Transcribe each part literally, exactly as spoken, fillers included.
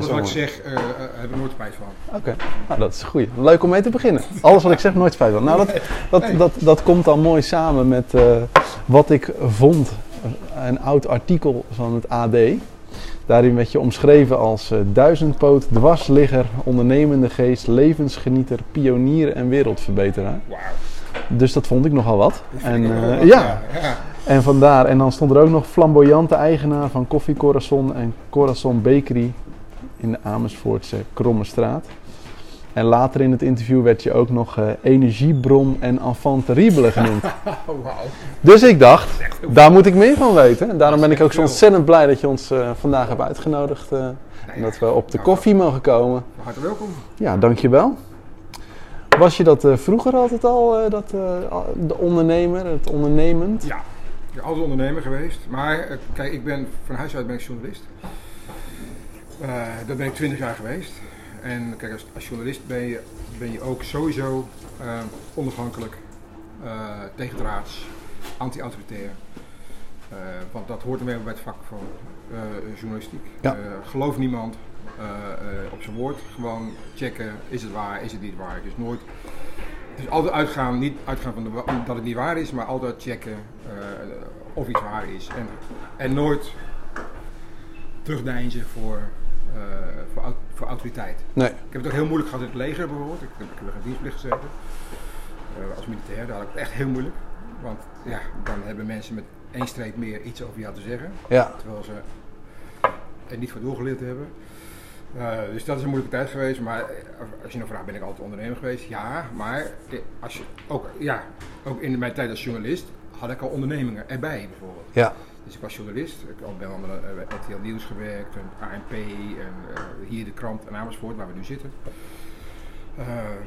Alles wat ik zeg, uh, uh, heb ik nooit spijt van. Oké, okay. Nou, dat is goed. Leuk om mee te beginnen. Alles wat ik zeg, nooit spijt van. Nou, dat, dat, dat, dat, dat komt dan mooi samen met uh, wat ik vond. Een oud artikel van het A D. Daarin werd je omschreven als uh, duizendpoot, dwarsligger, ondernemende geest, levensgenieter, pionier en wereldverbeteraar. Wauw. Dus dat vond ik nogal wat. En, uh, nogal wat ja. ja, ja. En vandaar. En dan stond er ook nog flamboyante eigenaar van Koffie Corazon en Corazon Bakery in de Amersfoortse Krommestraat. En later in het interview werd je ook nog uh, energiebron en enfant terrible genoemd. Wow. Dus ik dacht, daar moet ik meer van weten. En daarom ben ik ook zo ontzettend blij dat je ons uh, vandaag hebt uitgenodigd. Uh, en dat we op de koffie mogen komen. Hartelijk welkom. Ja, dankjewel. Was je dat uh, vroeger altijd al, uh, dat, uh, de ondernemer, het ondernemend? Ja, ik ben altijd ondernemer geweest. Maar uh, kijk, ik ben van huis uit ben ik journalist. Uh, dat ben ik twintig jaar geweest. En kijk, als, als journalist ben je, ben je ook sowieso uh, onafhankelijk, uh, tegendraads, anti-autoritair. Uh, want dat hoort ermee bij het vak van uh, journalistiek. Ja. Uh, geloof niemand uh, uh, op zijn woord. Gewoon checken, is het waar, is het niet waar. Dus nooit, dus altijd uitgaan, niet uitgaan van de, dat het niet waar is, maar altijd checken uh, of iets waar is. En, en nooit terugdeinzen voor... Uh, voor, voor autoriteit. Nee. Ik heb het ook heel moeilijk gehad in het leger bijvoorbeeld. Ik heb, ik heb in dienstplicht gezeten. Uh, als militair, daar had ik het echt heel moeilijk. Want ja, dan hebben mensen met één streep meer iets over jou te zeggen. Ja. Terwijl ze er niet voor doorgeleerd hebben. Uh, dus dat is een moeilijke tijd geweest. Maar als je nou vraagt, ben ik altijd ondernemer geweest? Ja, maar als je, ook, ja, ook in mijn tijd als journalist had ik al ondernemingen erbij bijvoorbeeld. Ja. Dus ik was journalist, ik ben aan de R T L Nieuws gewerkt, en A N P en uh, hier de krant in Amersfoort waar we nu zitten. Uh,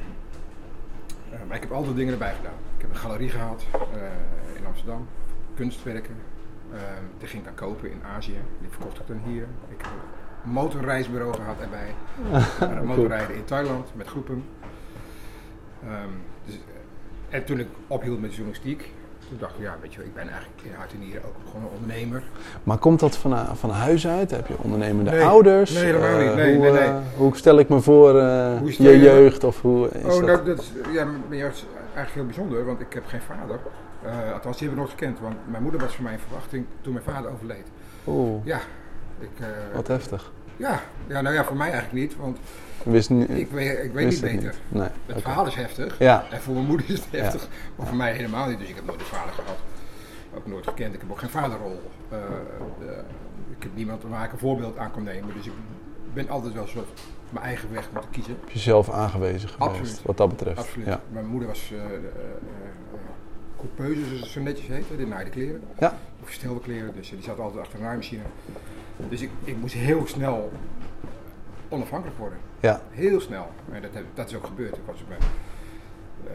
uh, maar ik heb altijd dingen erbij gedaan. Ik heb een galerie gehad uh, in Amsterdam, kunstwerken. Uh, die ging ik dan kopen in Azië, die verkocht ik dan hier. Ik heb een motorreisbureau gehad erbij, uh, motorrijden in Thailand met groepen. Um, dus, uh, en toen ik ophield met journalistiek, toen dacht ik, ja, weet je wel, ik ben eigenlijk in hart en nieren ook gewoon een ondernemer. Maar komt dat van, van huis uit? Heb je ondernemende nee, ouders? Nee, helemaal niet. Nee, hoe, nee, nee. Uh, hoe stel ik me voor uh, hoe je, je jeugd? Of hoe is oh, dat? Nou, dat is, ja, mijn jeugd is eigenlijk heel bijzonder, want ik heb geen vader. Uh, althans, die heb ik nooit gekend, want mijn moeder was voor mij in verwachting toen mijn vader overleed. Oeh, ja, ik, uh, wat heftig. Ja, ja, nou ja, voor mij eigenlijk niet, want wist niet, ik weet, ik weet niet beter. Niet. Nee, het okay. verhaal is heftig, ja. En voor mijn moeder is het heftig, ja. Maar voor mij helemaal niet, dus ik heb nooit een vader gehad. Ook nooit gekend, ik heb ook geen vaderrol. Uh, uh, ik heb niemand waar ik een voorbeeld aan kan nemen, dus ik ben altijd wel een soort mijn eigen weg moeten kiezen. Heb je zelf aangewezen geweest, Absoluut. Wat dat betreft? Absoluut. Ja. Mijn moeder was uh, uh, uh, coupeuse, zoals het zo netjes heet, die naaide kleren. Ja. Of verstelde kleren, dus die zat altijd achter een naaimachine. Dus ik, ik moest heel snel onafhankelijk worden. Ja. Heel snel. En dat, heb, dat is ook gebeurd. Ik was op, mijn, uh,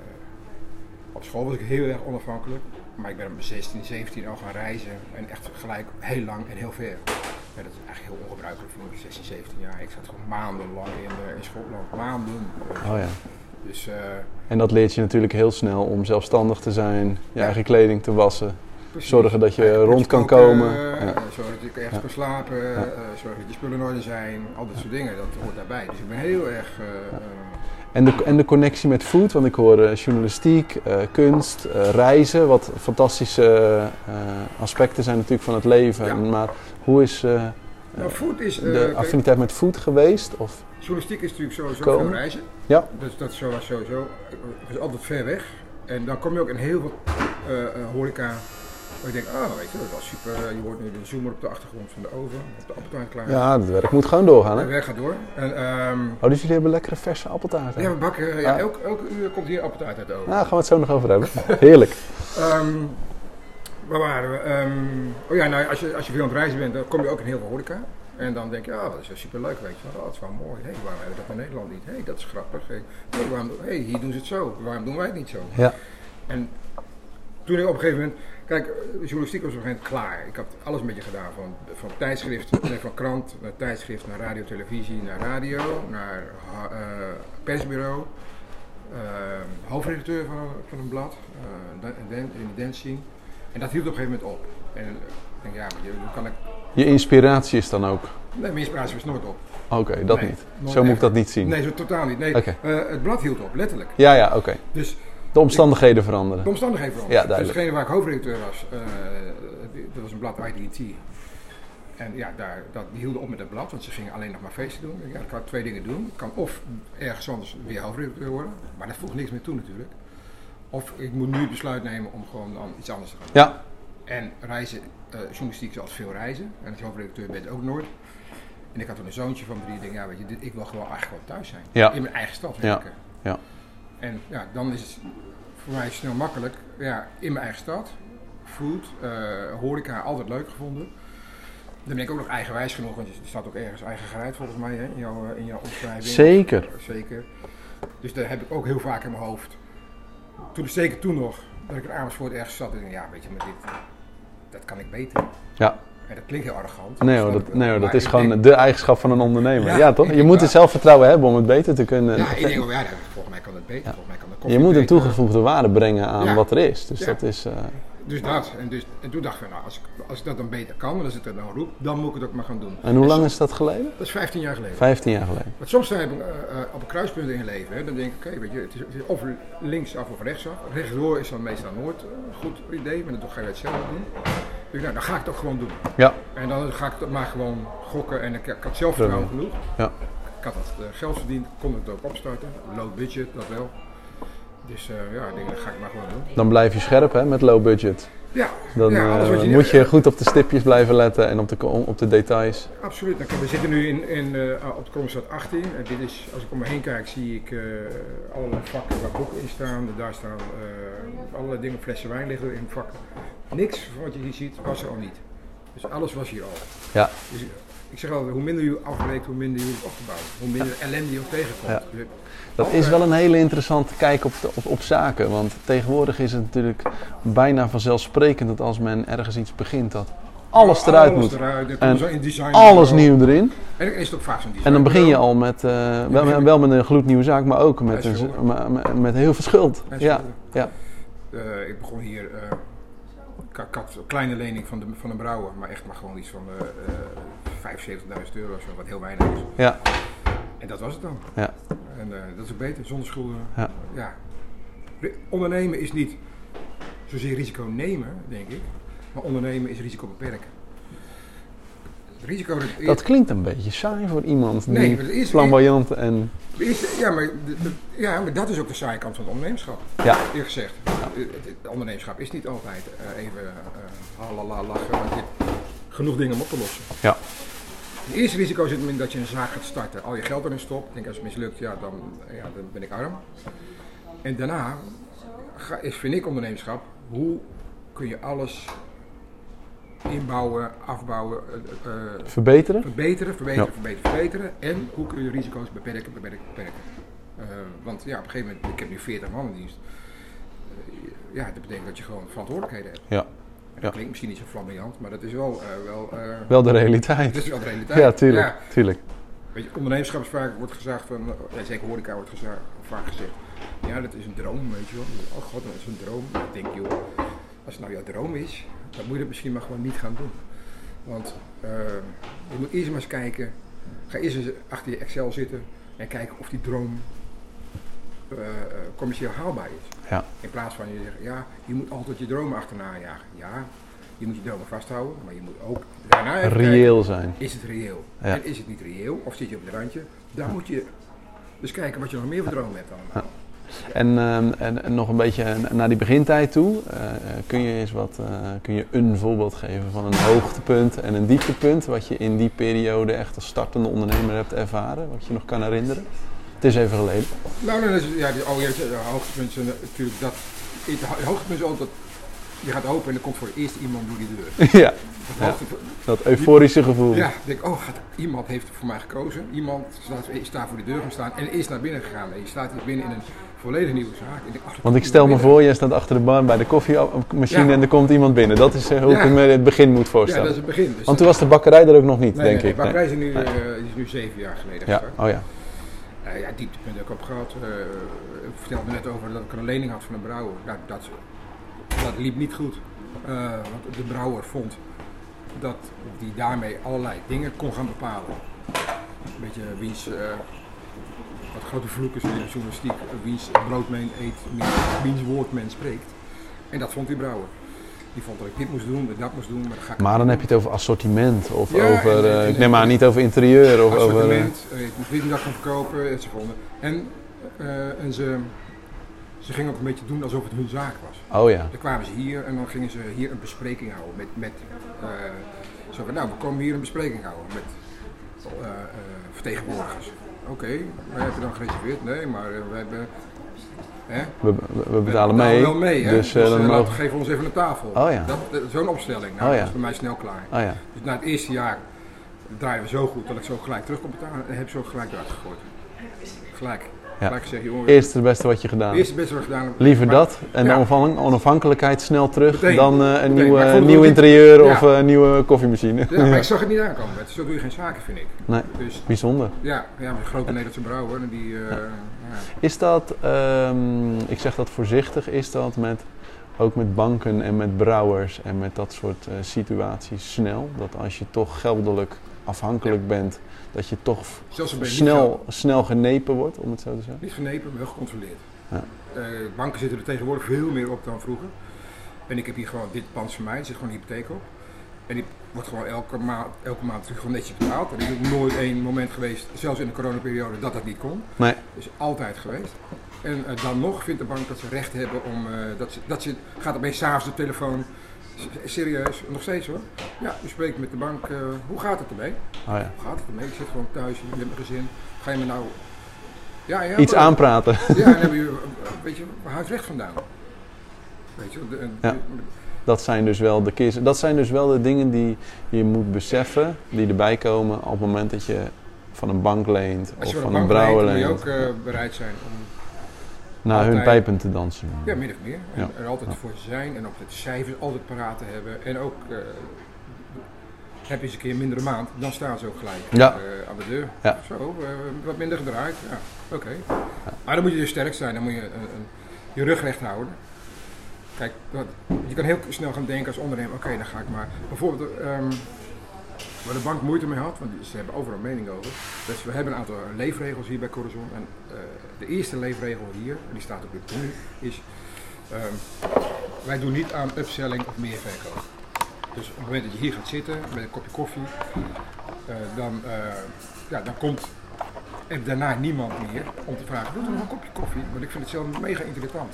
op school was ik heel erg onafhankelijk. Maar ik ben op mijn zestien, zeventien al gaan reizen. En echt gelijk heel lang en heel ver. Ja, dat is eigenlijk heel ongebruikelijk voor mijn zestien, zeventien jaar. Ik zat gewoon maandenlang in, uh, in Schotland. Maanden. Oh ja. Dus, uh, en dat leert je natuurlijk heel snel om zelfstandig te zijn, je ja. eigen kleding te wassen. Precies. Zorgen dat je eigen rond kan koken, komen. Uh, ja. Zorgen dat je ergens ja. kan slapen. Ja. Uh, zorgen dat je spullen in orde zijn. Al dat soort dingen, dat hoort daarbij. Dus ik ben heel erg... Uh, uh, En de, en de connectie met food, want ik hoor uh, journalistiek, uh, kunst, uh, reizen, wat fantastische uh, aspecten zijn natuurlijk van het leven. Ja. Maar hoe is, uh, nou, food is uh, de affiniteit met food geweest? Of journalistiek is natuurlijk sowieso komen? veel reizen. Ja. Dus dat is sowieso, het is altijd ver weg. En dan kom je ook in heel veel uh, uh, horeca. Ik denk, ah, weet je, dat was super. Je hoort nu de zoomer op de achtergrond van de oven, op de appeltaart klaar. Ja, het werk moet gewoon doorgaan, hè? Het werk gaat door. En, um, oh, dus jullie hebben lekkere verse appeltaart? Ja, we bakken. Ja, ah. elke, elke uur komt hier appeltaart uit de oven. Nou, gaan we het zo nog over hebben. Heerlijk. Um, waar waren we? Um, oh ja, nou, als je, als je veel aan het reizen bent, dan kom je ook in heel veel horeca. En dan denk je, ah, oh, dat is wel super leuk, weet je wel. Oh, dat is wel mooi. Hé, hey, waarom hebben we dat in Nederland niet? Hé, hey, dat is grappig. Hé, hey, waarom, hey, hier doen ze het zo. Waarom doen wij het niet zo? Ja. En toen ik op een gegeven moment... Kijk, de journalistiek was op een gegeven moment klaar. Ik had alles een beetje gedaan. Van, van tijdschrift, nee, van krant naar tijdschrift, naar radio, televisie, naar radio, naar uh, persbureau. Uh, hoofdredacteur van, van een blad, uh, in de dance scene. En dat hield op een gegeven moment op. En ik denk, ja, hoe kan ik Je inspiratie is dan ook? Nee, mijn inspiratie was nooit op. Oké, okay, dat nee, niet. Zo echt. Moet ik dat niet zien? Nee, zo totaal niet. Nee, okay. uh, het blad hield op, letterlijk. Ja, ja, oké. Okay. Dus de omstandigheden ik, veranderen. De omstandigheden veranderen. Ja, duidelijk. Dus degene waar ik hoofdredacteur was, uh, dat was een blad I D T. En ja, daar, dat, die hielden op met het blad, want ze gingen alleen nog maar feesten doen. Ja, ik kan twee dingen doen. Ik kan of ergens anders weer hoofdredacteur worden, maar dat voegt niks meer toe natuurlijk. Of ik moet nu het besluit nemen om gewoon dan iets anders te gaan doen. Ja. En reizen, uh, journalistiek zoals veel reizen. En als je hoofdredacteur bent ook nooit. En ik had toen een zoontje van drie, ik denk, ja weet je, dit, ik wil gewoon eigenlijk gewoon thuis zijn. Ja. In mijn eigen stad. Ja. Ja. En ja, dan is het voor mij snel makkelijk. Ja, in mijn eigen stad. Food, uh, horeca, altijd leuk gevonden. Dan ben ik ook nog eigenwijs genoeg, want er staat ook ergens eigen gereid volgens mij hè, in, jouw, in jouw omschrijving. Zeker. Uh, zeker. Dus daar heb ik ook heel vaak in mijn hoofd. Toen, zeker toen nog, dat ik in Amersfoort ergens zat en dacht, ja weet je, maar dit, dat kan ik beter. Ja. En dat klinkt heel arrogant. Nee hoor, dat, nee, hoor, dat is gewoon denk, de eigenschap van een ondernemer. Ja, ja toch? Je moet ja. het zelfvertrouwen hebben om het beter te kunnen. Ja, ik denk, oh, ja, volgens mij kan het beter. Ja. Volgens mij kan de je moet een beter. toegevoegde waarde brengen aan ja. wat er is. Dus ja. dat is... Uh... Dus dat. En, dus, en toen dacht ik, nou, als, ik, als ik dat dan beter kan, als ik er dan roep, dan moet ik het ook maar gaan doen. En hoe en lang so, is dat geleden? Dat is vijftien jaar geleden. vijftien jaar geleden. Want soms sta je uh, uh, op een kruispunt in je leven, hè, dan denk ik, oké, okay, weet je, het is, het is of linksaf of rechtsaf. Rechtdoor is dan meestal nooit een goed idee, maar dan ga je het zelf doen. Dus nou, dan ga ik het ook gewoon doen. Ja. En dan ga ik het maar gewoon gokken en ik, ik had zelfvertrouwen genoeg. Ja. Ik had wat uh, geld verdiend, kon het ook opstarten, low budget, dat wel. Dus uh, ja, ik denk, dat ga ik maar gewoon doen. Dan blijf je scherp hè, met low budget. Ja, dan ja, alles uh, wat je moet je goed op de stipjes blijven letten en op de, op de details. Absoluut. We zitten nu in, in, uh, op de Kromstraat achttien. En dit is, als ik om me heen kijk, zie ik uh, allerlei vakken waar boeken in staan. Daar staan uh, allerlei dingen, flessen wijn liggen in vakken. Niks van wat je hier ziet was er al niet. Dus alles was hier al. Ja. Dus, ik zeg altijd, hoe minder je afbreekt, hoe minder je hoeft op te bouwen. Hoe minder ja. ellende je ook tegenkomt. Ja. Dus, dat is wel een hele interessante kijk op, de, op, op zaken. Want tegenwoordig is het natuurlijk bijna vanzelfsprekend dat als men ergens iets begint, dat alles ja, eruit alles moet. Eruit, en zo in design alles nieuw erin. En dan is het ook vaak zo'n design. En dan begin je al met, uh, wel, wel met een gloednieuwe zaak, maar ook met, een, met, met heel veel schuld. Ja. Ja. Uh, ik begon hier... Uh, Ik had een kleine lening van, de, van een brouwer, maar echt maar gewoon iets van uh, uh, vijfenzeventigduizend euro of zo, wat heel weinig is. Ja. En dat was het dan. Ja. En uh, dat is ook beter, zonder schulden. Ja. Ja. Ondernemen is niet zozeer risico nemen, denk ik, maar ondernemen is risico beperken. Het risico dat, dat klinkt een beetje saai voor iemand die nee, maar is, flamboyant en... Is, ja, maar, de, de, ja, maar dat is ook de saaie kant van het ondernemerschap. Ja. Eerlijk gezegd. Ja. Het, het ondernemerschap is niet altijd uh, even uh, halala lachen, want je hebt genoeg dingen om op te lossen. Ja. Het eerste risico zit in dat je een zaak gaat starten. Al je geld erin stopt. Ik denk als het mislukt, ja, dan, ja, dan ben ik arm. En daarna ga, is, vind ik ondernemerschap, hoe kun je alles inbouwen, afbouwen, uh, uh, verbeteren, verbeteren, verbeteren, ja. verbeteren, verbeteren. En hoe kun je de risico's beperken, beperken, beperken. Uh, want ja, op een gegeven moment, ik heb nu veertig man in dienst. Uh, ja, dat betekent dat je gewoon verantwoordelijkheden hebt. Ja. Dat ja. klinkt misschien niet zo flamboyant, maar dat is wel... Uh, wel, uh, wel de realiteit. Dat is wel de realiteit. Ja, tuurlijk. Ja. tuurlijk. Weet je, ondernemerschap is vaak, wordt gezegd van, ja, zeker horeca wordt gezegd, vaak gezegd, ja, dat is een droom, weet je wel. Oh god, dat is een droom. Ik denk, joh, als het nou jouw droom is, dan moet je het misschien maar gewoon niet gaan doen. Want uh, je moet eerst maar eens kijken, ga eerst eens achter je Excel zitten en kijken of die droom uh, uh, commercieel haalbaar is. Ja. In plaats van je zegt, ja, je moet altijd je dromen achterna jagen. Ja, je moet je dromen vasthouden, maar je moet ook daarna even reëel kijken, zijn. Is het reëel? Ja. En is het niet reëel? Of zit je op het randje? Dan moet je dus kijken wat je nog meer voor dromen hebt allemaal. Ja. En, uh, en, en nog een beetje naar die begintijd toe, uh, kun je eens wat, uh, kun je een voorbeeld geven van een hoogtepunt en een dieptepunt wat je in die periode echt als startende ondernemer hebt ervaren, wat je nog kan herinneren? Het is even geleden. Nou, dan is het, ja, die, oh, ja, de hoogtepunt is natuurlijk dat, het hoogtepunt is altijd, je gaat open en er komt voor het eerst iemand door die deur. Ja. Ja, dat euforische gevoel. Ja, ik denk, oh, gaat, iemand heeft voor mij gekozen. Iemand staat, is daar voor de deur gaan staan en is naar binnen gegaan. En je staat hier binnen in een volledig nieuwe zaak. Ik denk, oh, Want ik stel me voor, jij staat achter de bar bij de koffiemachine ja. en er komt iemand binnen. Dat is uh, hoe ja. ik me het begin moet voorstellen. Ja, dat is het begin. Dus Want toen was de bakkerij er ook nog niet, nee, denk nee, ik. De bakkerij is nu, nee. uh, is nu zeven jaar geleden ja. gestart. Oh ja. Uh, ja, dieptepunt heb ik op gehad. Uh, ik vertelde net over dat ik een lening had van een brouwer. Nou, dat, dat liep niet goed. Uh, want de brouwer vond dat die daarmee allerlei dingen kon gaan bepalen. Een beetje wiens, uh, wat grote vloek is in de journalistiek, wiens brood men eet, wiens woord men spreekt. En dat vond die brouwer. Die vond dat ik dit moest doen, dat dat moest doen, maar dan ga ik Maar dan heb je het over assortiment of ja, over, en, uh, en, ik neem aan niet over interieur of assortiment, over... Uh, ik moest dit en dat gaan verkopen, enzovoort. En, uh, en ze, ze gingen ook een beetje doen alsof het hun zaak was. Oh ja. Dan kwamen ze hier en dan gingen ze hier een bespreking houden met, met uh, zo van, nou we komen hier een bespreking houden met uh, uh, vertegenwoordigers. Oké, okay, wij hebben dan gereserveerd, nee, maar uh, we hebben... Hè? We, we, we betalen we mee, wel mee hè? dus, uh, dus dan uh, mogen... geef ons even een tafel. Oh ja. Dat, dat, zo'n opstelling, nou, oh ja. dat is bij mij snel klaar. Oh ja. Dus na het eerste jaar draaien we zo goed dat ik zo gelijk terug kon betalen en heb zo gelijk eruit gegooid. Gelijk. Ja. Gelijk gezegd, jongen. Eerste het beste wat je gedaan hebt. Eerste het beste wat je gedaan hebt. Liever maar, dat en ja. de onafhankelijkheid snel terug Meteen. dan uh, een Meteen. nieuwe, Maar ik vond nieuw het interieur niet... of ja. een nieuwe koffiemachine. Ja, maar ik zag het niet aankomen. Zo doe je geen zaken, vind ik. Nee, dus, bijzonder. Ja, ja, een grote Nederlandse brouwer. En die, uh, ja. Ja. Is dat, um, ik zeg dat voorzichtig, is dat met, ook met banken en met brouwers en met dat soort uh, situaties snel? Dat als je toch geldelijk afhankelijk ja. bent, dat je toch snel, snel genepen wordt, om het zo te zeggen? Niet genepen, maar wel gecontroleerd. Ja. Uh, banken zitten er tegenwoordig veel meer op dan vroeger. En ik heb hier gewoon dit pand van mij, er zit gewoon een hypotheek op. En die wordt gewoon elke maand, elke maand gewoon netjes betaald. Er is ook nooit één moment geweest, zelfs in de coronaperiode, dat dat niet kon. Nee. Dat is altijd geweest. En uh, dan nog vindt de bank dat ze recht hebben om, uh, dat, ze, dat ze, gaat opeens s'avonds de telefoon, serieus, nog steeds hoor. Ja, u spreekt met de bank, uh, hoe gaat het ermee? Oh ja. Hoe gaat het ermee? Ik zit gewoon thuis, ik heb mijn gezin. Ga je me nou... Ja, ja, iets maar, aanpraten? Ja, en dan heb je, weet je, waar houdt recht vandaan? Weet je, de, de, ja. de, Dat zijn dus wel de kiezen. Dat zijn dus wel de dingen die je moet beseffen, die erbij komen op het moment dat je van een bank leent of van, van een brouwer leent. Moet je ook uh, bereid zijn om naar altijd, hun pijpen te dansen. Ja, min of meer. En ja. er altijd ja. voor zijn en ook de cijfers altijd paraat te hebben. En ook uh, heb je eens een keer een mindere maand, dan staan ze ook gelijk ja. uh, aan de deur. Ja. Zo, uh, wat minder gedraaid. Ja, oké. Okay. Ja. Maar dan moet je dus sterk zijn, dan moet je uh, uh, je rug recht houden. Kijk, je kan heel snel gaan denken als ondernemer, oké, okay, dan ga ik maar. Bijvoorbeeld, um, waar de bank moeite mee had, want ze hebben overal mening over. Dus we hebben een aantal leefregels hier bij Corazon. En uh, de eerste leefregel hier, en die staat ook in het menu, is um, wij doen niet aan upselling of meer verkoop. Dus op het moment dat je hier gaat zitten met een kopje koffie, uh, dan, uh, ja, dan komt er daarna niemand meer om te vragen, wilt u nog een kopje koffie? Want ik vind het zelf mega irritant.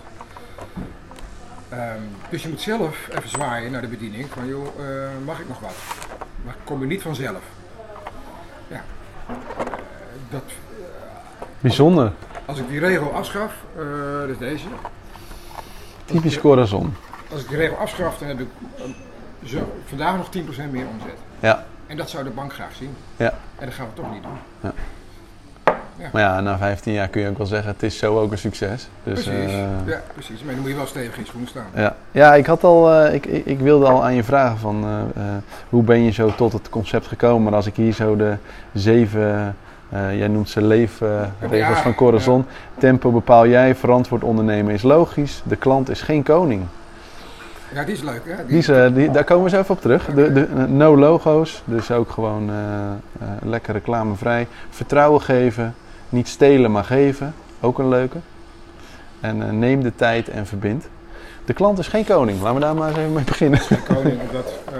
Um, dus je moet zelf even zwaaien naar de bediening van joh, uh, mag ik nog wat? Maar kom je niet vanzelf. Ja, uh, dat... Uh, Bijzonder. Als ik die regel afschaf, uh, dat is deze. Typisch Corazon. Als ik die regel afschaf, dan heb ik um, zo, vandaag nog tien procent meer omzet. Ja. En dat zou de bank graag zien. Ja. En dat gaan we toch niet doen. Ja. Ja. Maar ja, na vijftien jaar kun je ook wel zeggen, het is zo ook een succes. Dus, precies, uh, ja, precies. Maar dan moet je wel stevig in schoenen staan. Ja, ja ik, had al, uh, ik, ik, ik wilde al aan je vragen van uh, uh, hoe ben je zo tot het concept gekomen. Maar als ik hier zo de zeven, uh, jij noemt ze leefregels uh, ja, van Corazon. Ja. Tempo bepaal jij, verantwoord ondernemen is logisch. De klant is geen koning. Ja, die is leuk hè? Die, die is, uh, die, daar komen we zo even op terug. De, de, uh, no logo's, dus ook gewoon uh, uh, lekker reclamevrij. Vertrouwen geven. Niet stelen, maar geven. Ook een leuke. En uh, neem de tijd en verbind. De klant is geen koning. Laten we daar maar eens even mee beginnen. Geen koning, omdat, uh,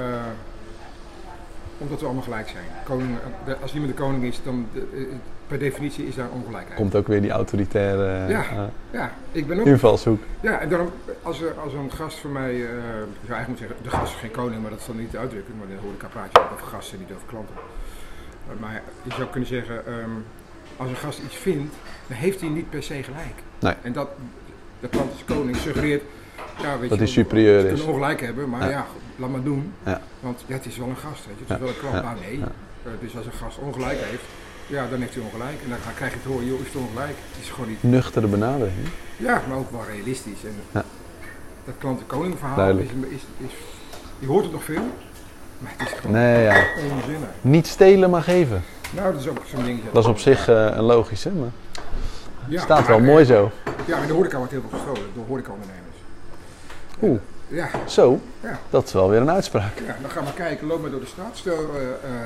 omdat we allemaal gelijk zijn. Koning, de, als iemand de koning is, dan de, per definitie is daar ongelijkheid. Komt ook weer die autoritaire ja, uh, ja, ik ben ook, invalshoek. Ja, en daarom, als, er, als een gast van mij, uh, ik zou eigenlijk moeten zeggen, de gast is geen koning, maar dat is dan niet de uitdrukking. Maar dan hoor ik praat je over gasten, niet over klanten. Maar je zou kunnen zeggen... Um, als een gast iets vindt, dan heeft hij niet per se gelijk. Nee. En dat, de klant is koning suggereert, ja, weet dat je, hij superieur is. Ze kunnen ongelijk hebben, maar ja, ja laat maar doen. Ja. Want ja, het is wel een gast, weet je, het is ja. wel een klant. Ja. Nou nee, ja. uh, dus als een gast ongelijk heeft, ja, dan heeft hij ongelijk. En dan krijg je het horen, joh, is het ongelijk. Het is gewoon niet... Nuchtere benadering. Ja, maar ook wel realistisch. En ja. dat klant-koning verhaal is, is, is, je hoort het nog veel, maar het is gewoon nee, ja. onzinnig. Niet stelen, maar geven. Nou, dat is ook zo'n ding. Dat is op zich uh, een logische, maar ja, staat maar, wel mooi zo. Ja, in de horeca wordt heel veel gestolen door horecaondernemers. Oeh. Ja. Zo, ja. Dat is wel weer een uitspraak. Ja, dan ga maar kijken, loop maar door de stad. Stel, uh, uh,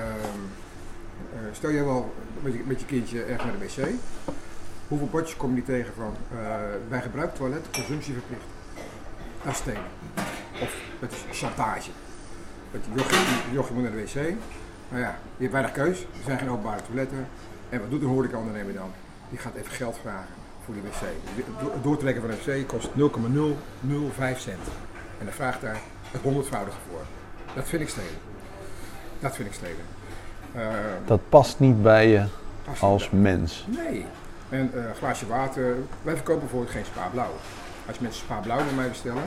uh, stel jij wel met je, met je kindje erg naar de wc. Hoeveel bordjes kom je niet tegen van uh, bij gebruik toilet, consumptie verplicht? Dat is stelen. Of het is chantage. Het jochie, jochie moet naar de wc. Nou ja, je hebt weinig keus. Er zijn geen openbare toiletten. En wat doet een horecaondernemer dan? Die gaat even geld vragen voor die wc. Het doortrekken van een wc kost nul komma nul nul vijf cent. En dan vraagt daar het honderdvoudige voor. Dat vind ik stelen. Dat vind ik stelen. Uh, dat past niet bij je past als bij. mens. Nee. En uh, een glaasje water. Wij verkopen bijvoorbeeld geen Spa Blauw. Als mensen Spa Blauw bij mij bestellen,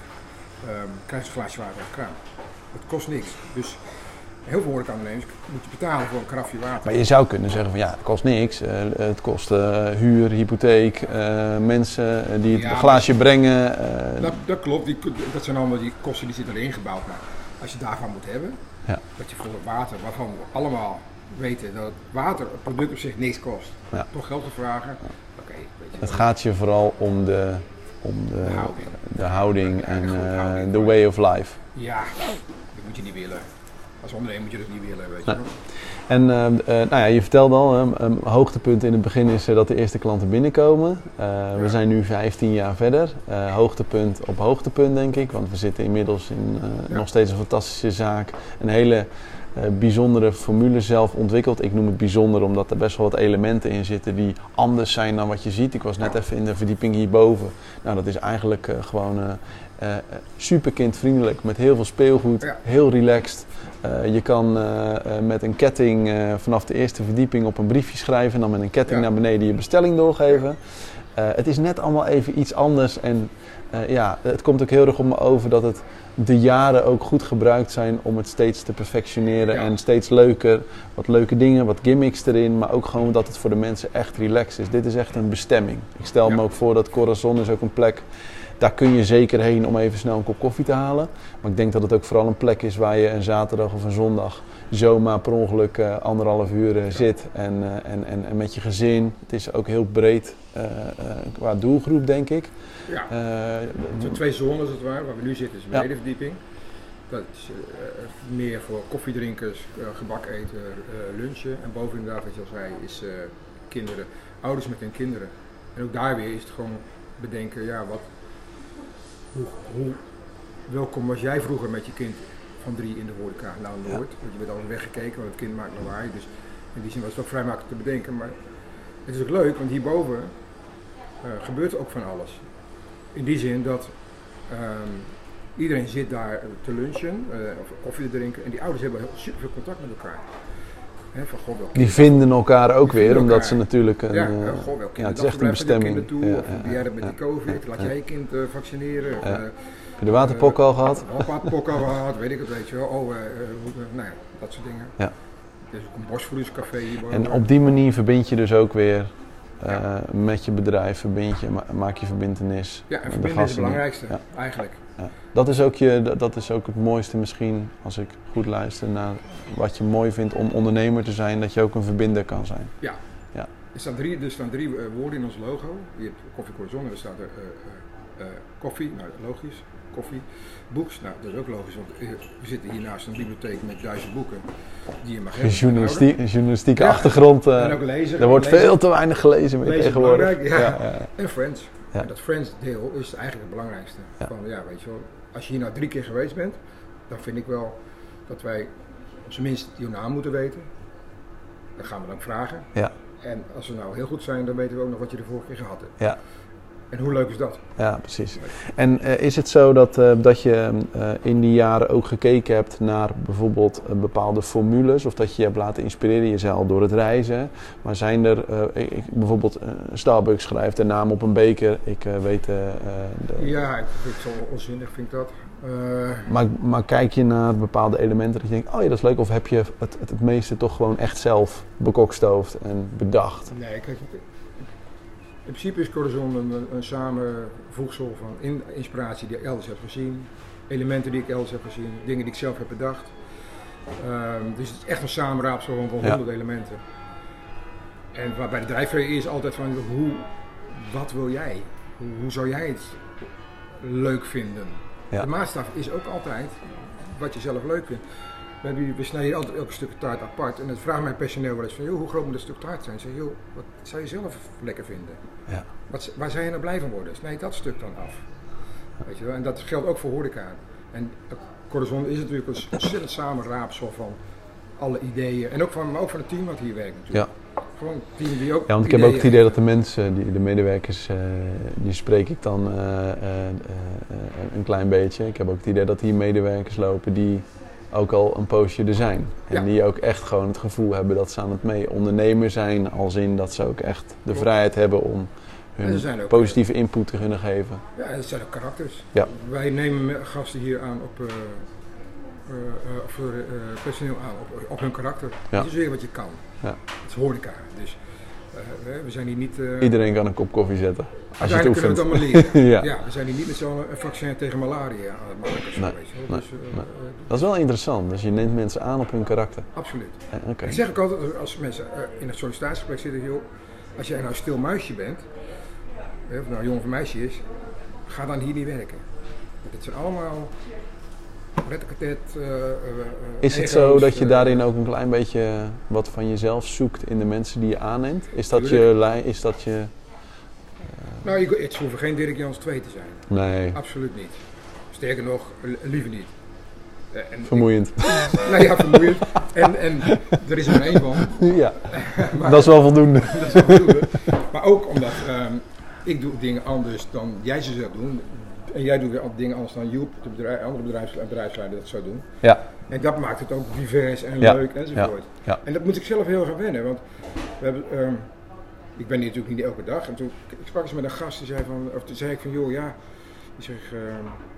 um, krijgen ze een glaasje water uit de kraan. Het kost niks. Dus heel veel horecaondernemers moet je betalen voor een karafje water. Maar je zou kunnen zeggen van ja, het kost niks. Uh, het kost uh, huur, hypotheek, uh, mensen die het ja, glaasje brengen. Uh, dat, dat klopt, die, dat zijn allemaal die kosten die zitten erin gebouwd. Maar als je daarvan moet hebben, ja. dat je voor het water, waarvan we allemaal weten dat het water, het product op zich niks kost, ja. toch geld te vragen. Ja. Okay, weet je het gaat je vooral om de, om de, de houding, de houding ja, en uh, the way of life. Ja, dat moet je niet willen. Als ondernemer moet je dat niet willen, weet je nee. En uh, uh, nou ja, je vertelde al, een um, hoogtepunt in het begin is uh, dat de eerste klanten binnenkomen. Uh, ja. We zijn nu vijftien jaar verder. Uh, hoogtepunt op hoogtepunt denk ik, want we zitten inmiddels in uh, ja. nog steeds een fantastische zaak. Een hele uh, bijzondere formule zelf ontwikkeld. Ik noem het bijzonder omdat er best wel wat elementen in zitten die anders zijn dan wat je ziet. Ik was net even in de verdieping hierboven. Nou, dat is eigenlijk uh, gewoon uh, uh, super kindvriendelijk met heel veel speelgoed, ja. heel relaxed. Uh, je kan uh, uh, met een ketting uh, vanaf de eerste verdieping op een briefje schrijven en dan met een ketting ja. naar beneden je bestelling doorgeven. Uh, het is net allemaal even iets anders en uh, ja, het komt ook heel erg op me over dat het de jaren ook goed gebruikt zijn om het steeds te perfectioneren ja. en steeds leuker, wat leuke dingen, wat gimmicks erin, maar ook gewoon dat het voor de mensen echt relaxed is. Dit is echt een bestemming. Ik stel ja. me ook voor dat Corazon is ook een plek. Daar kun je zeker heen om even snel een kop koffie te halen. Maar ik denk dat het ook vooral een plek is waar je een zaterdag of een zondag zomaar per ongeluk uh, anderhalf uur uh, zit. En, uh, en, en, en met je gezin. Het is ook heel breed uh, uh, qua doelgroep, denk ik. Ja, uh, het zijn twee zones als het ware. Waar we nu zitten is de benedenverdieping. Ja. Dat is uh, meer voor koffiedrinkers, uh, gebak eten, uh, lunchen. En boven inderdaad, wat je al zei, is uh, kinderen, ouders met hun kinderen. En ook daar weer is het gewoon bedenken, ja, wat... Hoe, hoe welkom was jij vroeger met je kind van drie in de horeca? Nou, nooit, ja. want je bent altijd weggekeken, want het kind maakt lawaai. Dus in die zin was het ook vrij makkelijk te bedenken. Maar het is ook leuk, want hierboven uh, gebeurt ook van alles. In die zin dat um, iedereen zit daar te lunchen uh, of koffie te drinken en die ouders hebben heel super veel contact met elkaar. He, van, goh, die vinden elkaar ook weer, elkaar. Omdat ze natuurlijk een, ja, uh, goh, ja, het is echt een bestemming. Toe, ja, of ja, ja, met ja, die COVID, ja, laat jij je kind uh, vaccineren. Of, ja. uh, Heb je de waterpok uh, al gehad? Waterpok al gehad, weet ik het, weet je wel. Oh, uh, uh, nou ja, dat soort dingen. Ja. Er is ook een borstvoedingscafé hierboven. En op die manier verbind je dus ook weer uh, ja. met je bedrijf, verbind je, ma maak je verbintenis. Ja, en verbinden is het belangrijkste, ja. eigenlijk. Ja. Dat is ook je, dat is ook het mooiste misschien, als ik goed luister naar wat je mooi vindt om ondernemer te zijn, dat je ook een verbinder kan zijn. Ja. ja. Er staan drie, er staan drie uh, woorden in ons logo. Je hebt koffie Corazon en er staat er uh, uh, uh, koffie, nou logisch, koffie. Books, nou dat is ook logisch, want uh, we zitten hier naast een bibliotheek met duizend boeken die je mag hebben. Journalistiek, journalistieke ja. achtergrond, uh, en ook lezen. Er wordt lezen. veel te weinig gelezen meer tegenwoordig. Ja. Ja, ja. En Friends. Ja. En dat Friends deel is eigenlijk het belangrijkste. Ja. Van, ja, weet je wel, als je hier nou drie keer geweest bent, dan vind ik wel dat wij op zijn minst je naam moeten weten. Dat gaan we dan vragen. Ja. En als we nou heel goed zijn, dan weten we ook nog wat je de vorige keer gehad hebt. Ja. En hoe leuk is dat? Ja, precies. En uh, is het zo dat, uh, dat je uh, in die jaren ook gekeken hebt naar bijvoorbeeld uh, bepaalde formules of dat je je hebt laten inspireren, je zei al door het reizen, maar zijn er uh, ik, bijvoorbeeld uh, Starbucks schrijft de naam op een beker, ik uh, weet uh, de... Ja, ik vind het zo onzinnig, vind ik dat. Uh... Maar, maar kijk je naar bepaalde elementen dat je denkt, oh ja, dat is leuk, of heb je het, het, het meeste toch gewoon echt zelf bekokstoofd en bedacht? Nee, kijk, in principe is Corazon een, een samenvoegsel van in, inspiratie die ik elders heb gezien, elementen die ik elders heb gezien, dingen die ik zelf heb bedacht. Um, dus het is echt een samenraapsel van honderd ja. elementen. En waarbij de drijfveer is altijd van, hoe, wat wil jij? Hoe, hoe zou jij het leuk vinden? Ja. De maatstaf is ook altijd wat je zelf leuk vindt. We, we snijden altijd elke stuk taart apart. En dan vraagt mijn personeel wel eens van, joh, hoe groot moet een stuk taart zijn? Ik zeg, joh, wat zou je zelf lekker vinden? Ja. Wat, waar zou je nou blij van worden? Snijd dat stuk dan af. Weet je wel? En dat geldt ook voor horeca. En Corazon is natuurlijk een ontzettend samenraapsel van alle ideeën. En ook van, maar ook van het team wat hier werkt natuurlijk. Ja. Gewoon een team die ook Ja, want ik heb ook het idee dat de mensen, die, de medewerkers, uh, die spreek ik dan uh, uh, uh, een klein beetje. Ik heb ook het idee dat hier medewerkers lopen die ook al een poosje er zijn. En ja. die ook echt gewoon het gevoel hebben dat ze aan het mee ondernemen zijn. Als in dat ze ook echt de vrijheid hebben om hun ook positieve input te kunnen geven. Ja, en dat zijn ook karakters. Ja. Wij nemen gasten hier aan op, uh, uh, uh, of uh, personeel aan op, op hun karakter. Ja. Dat is weer wat je kan. Ja. Het is horeca. Dus uh, we zijn hier niet... Uh, Iedereen kan een kop koffie zetten. Als je het oefent. Kunnen we het allemaal leren. ja. Ja, we zijn hier niet met zo'n vaccin tegen malaria aan het maken. Zo, nee, weet je. Nee, Dus, uh, nee. uh, dat is wel interessant. Dus je neemt mensen aan op hun karakter. Absoluut. Eh, okay. Ik zeg ook altijd, als mensen uh, in een sollicitatiegesprek zitten, joh, als jij nou een stil muisje bent, of het nou een jongen of een meisje is, ga dan hier niet werken. Want het zijn allemaal retteketet. Uh, uh, is het zo dat je daarin ook een klein beetje wat van jezelf zoekt in de mensen die je aanneemt? Is dat je... Is dat je uh... Nou, je, het hoeven geen Dirk Jans twee te zijn. Nee. Absoluut niet. Sterker nog, liever niet. Uh, en vermoeiend. Ik, nou ja, vermoeiend. En, en er is er maar één van. Ja, maar, dat is wel voldoende. Dat is wel voldoende. Maar ook omdat um, ik doe dingen anders dan jij ze zou doen. En jij doet weer dingen anders dan Joep, de bedrijf, andere bedrijfs, bedrijfsleider dat zou doen. Ja. En dat maakt het ook divers en ja. leuk enzovoort. Ja. Ja. En dat moet ik zelf heel gaan wennen. Want we hebben, um, ik ben hier natuurlijk niet elke dag. En toen ik sprak eens met een gast die zei van, of toen zei ik van joh ja, ik zeg, um,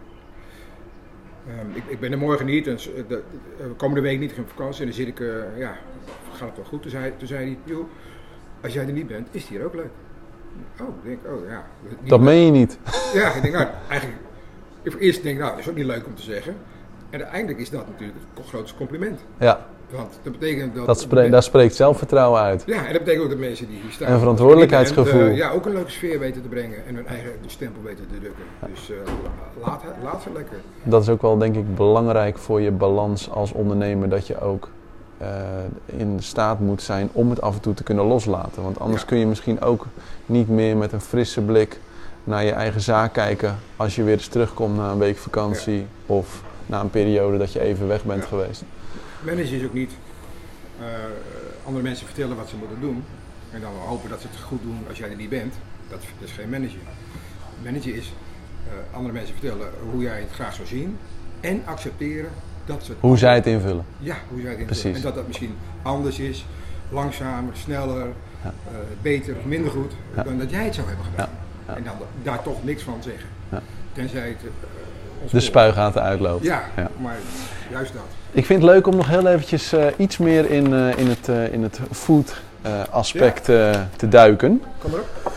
um, ik, ik ben er morgen niet en de, de, de komende week niet, ik ga op vakantie en dan zit ik, uh, ja, gaat het wel goed. Toen zei, toen zei hij, joh, als jij er niet bent, is het hier ook leuk. Oh, ik denk, oh ja. Dat meen je niet. Ja, ik denk, nou, eigenlijk, ik eerst denk ik, nou, dat is ook niet leuk om te zeggen. En uiteindelijk is dat natuurlijk het grootste compliment. Ja. Want dat betekent dat... dat spreekt, daar spreekt zelfvertrouwen uit. Ja, en dat betekent ook dat mensen die hier staan... En verantwoordelijkheidsgevoel. En, uh, ja, ook een leuke sfeer weten te brengen en hun eigen stempel weten te drukken. Ja. Dus uh, laat, laat ze lekker. Dat is ook wel, denk ik, belangrijk voor je balans als ondernemer, dat je ook uh, in staat moet zijn om het af en toe te kunnen loslaten. Want anders ja. kun je misschien ook niet meer met een frisse blik naar je eigen zaak kijken als je weer eens terugkomt na een week vakantie ja. of na een periode dat je even weg bent ja. geweest. Managen is ook niet uh, andere mensen vertellen wat ze moeten doen en dan hopen dat ze het goed doen als jij er niet bent. Dat, dat is geen managen. Managen is uh, andere mensen vertellen hoe jij het graag zou zien en accepteren dat ze het hoe zij het invullen. Ja, hoe zij het invullen. Precies. En dat dat misschien anders is, langzamer, sneller, ja. uh, beter of minder goed ja. dan dat jij het zou hebben gedaan. Ja. Ja. En dan daar toch niks van zeggen. Ja. Tenzij het uh, de spuigaten uitloopt. Ja, ja, maar juist dat. Ik vind het leuk om nog heel eventjes uh, iets meer in, uh, in, het, uh, in het food uh, aspect ja. uh, te duiken. Kom maar op.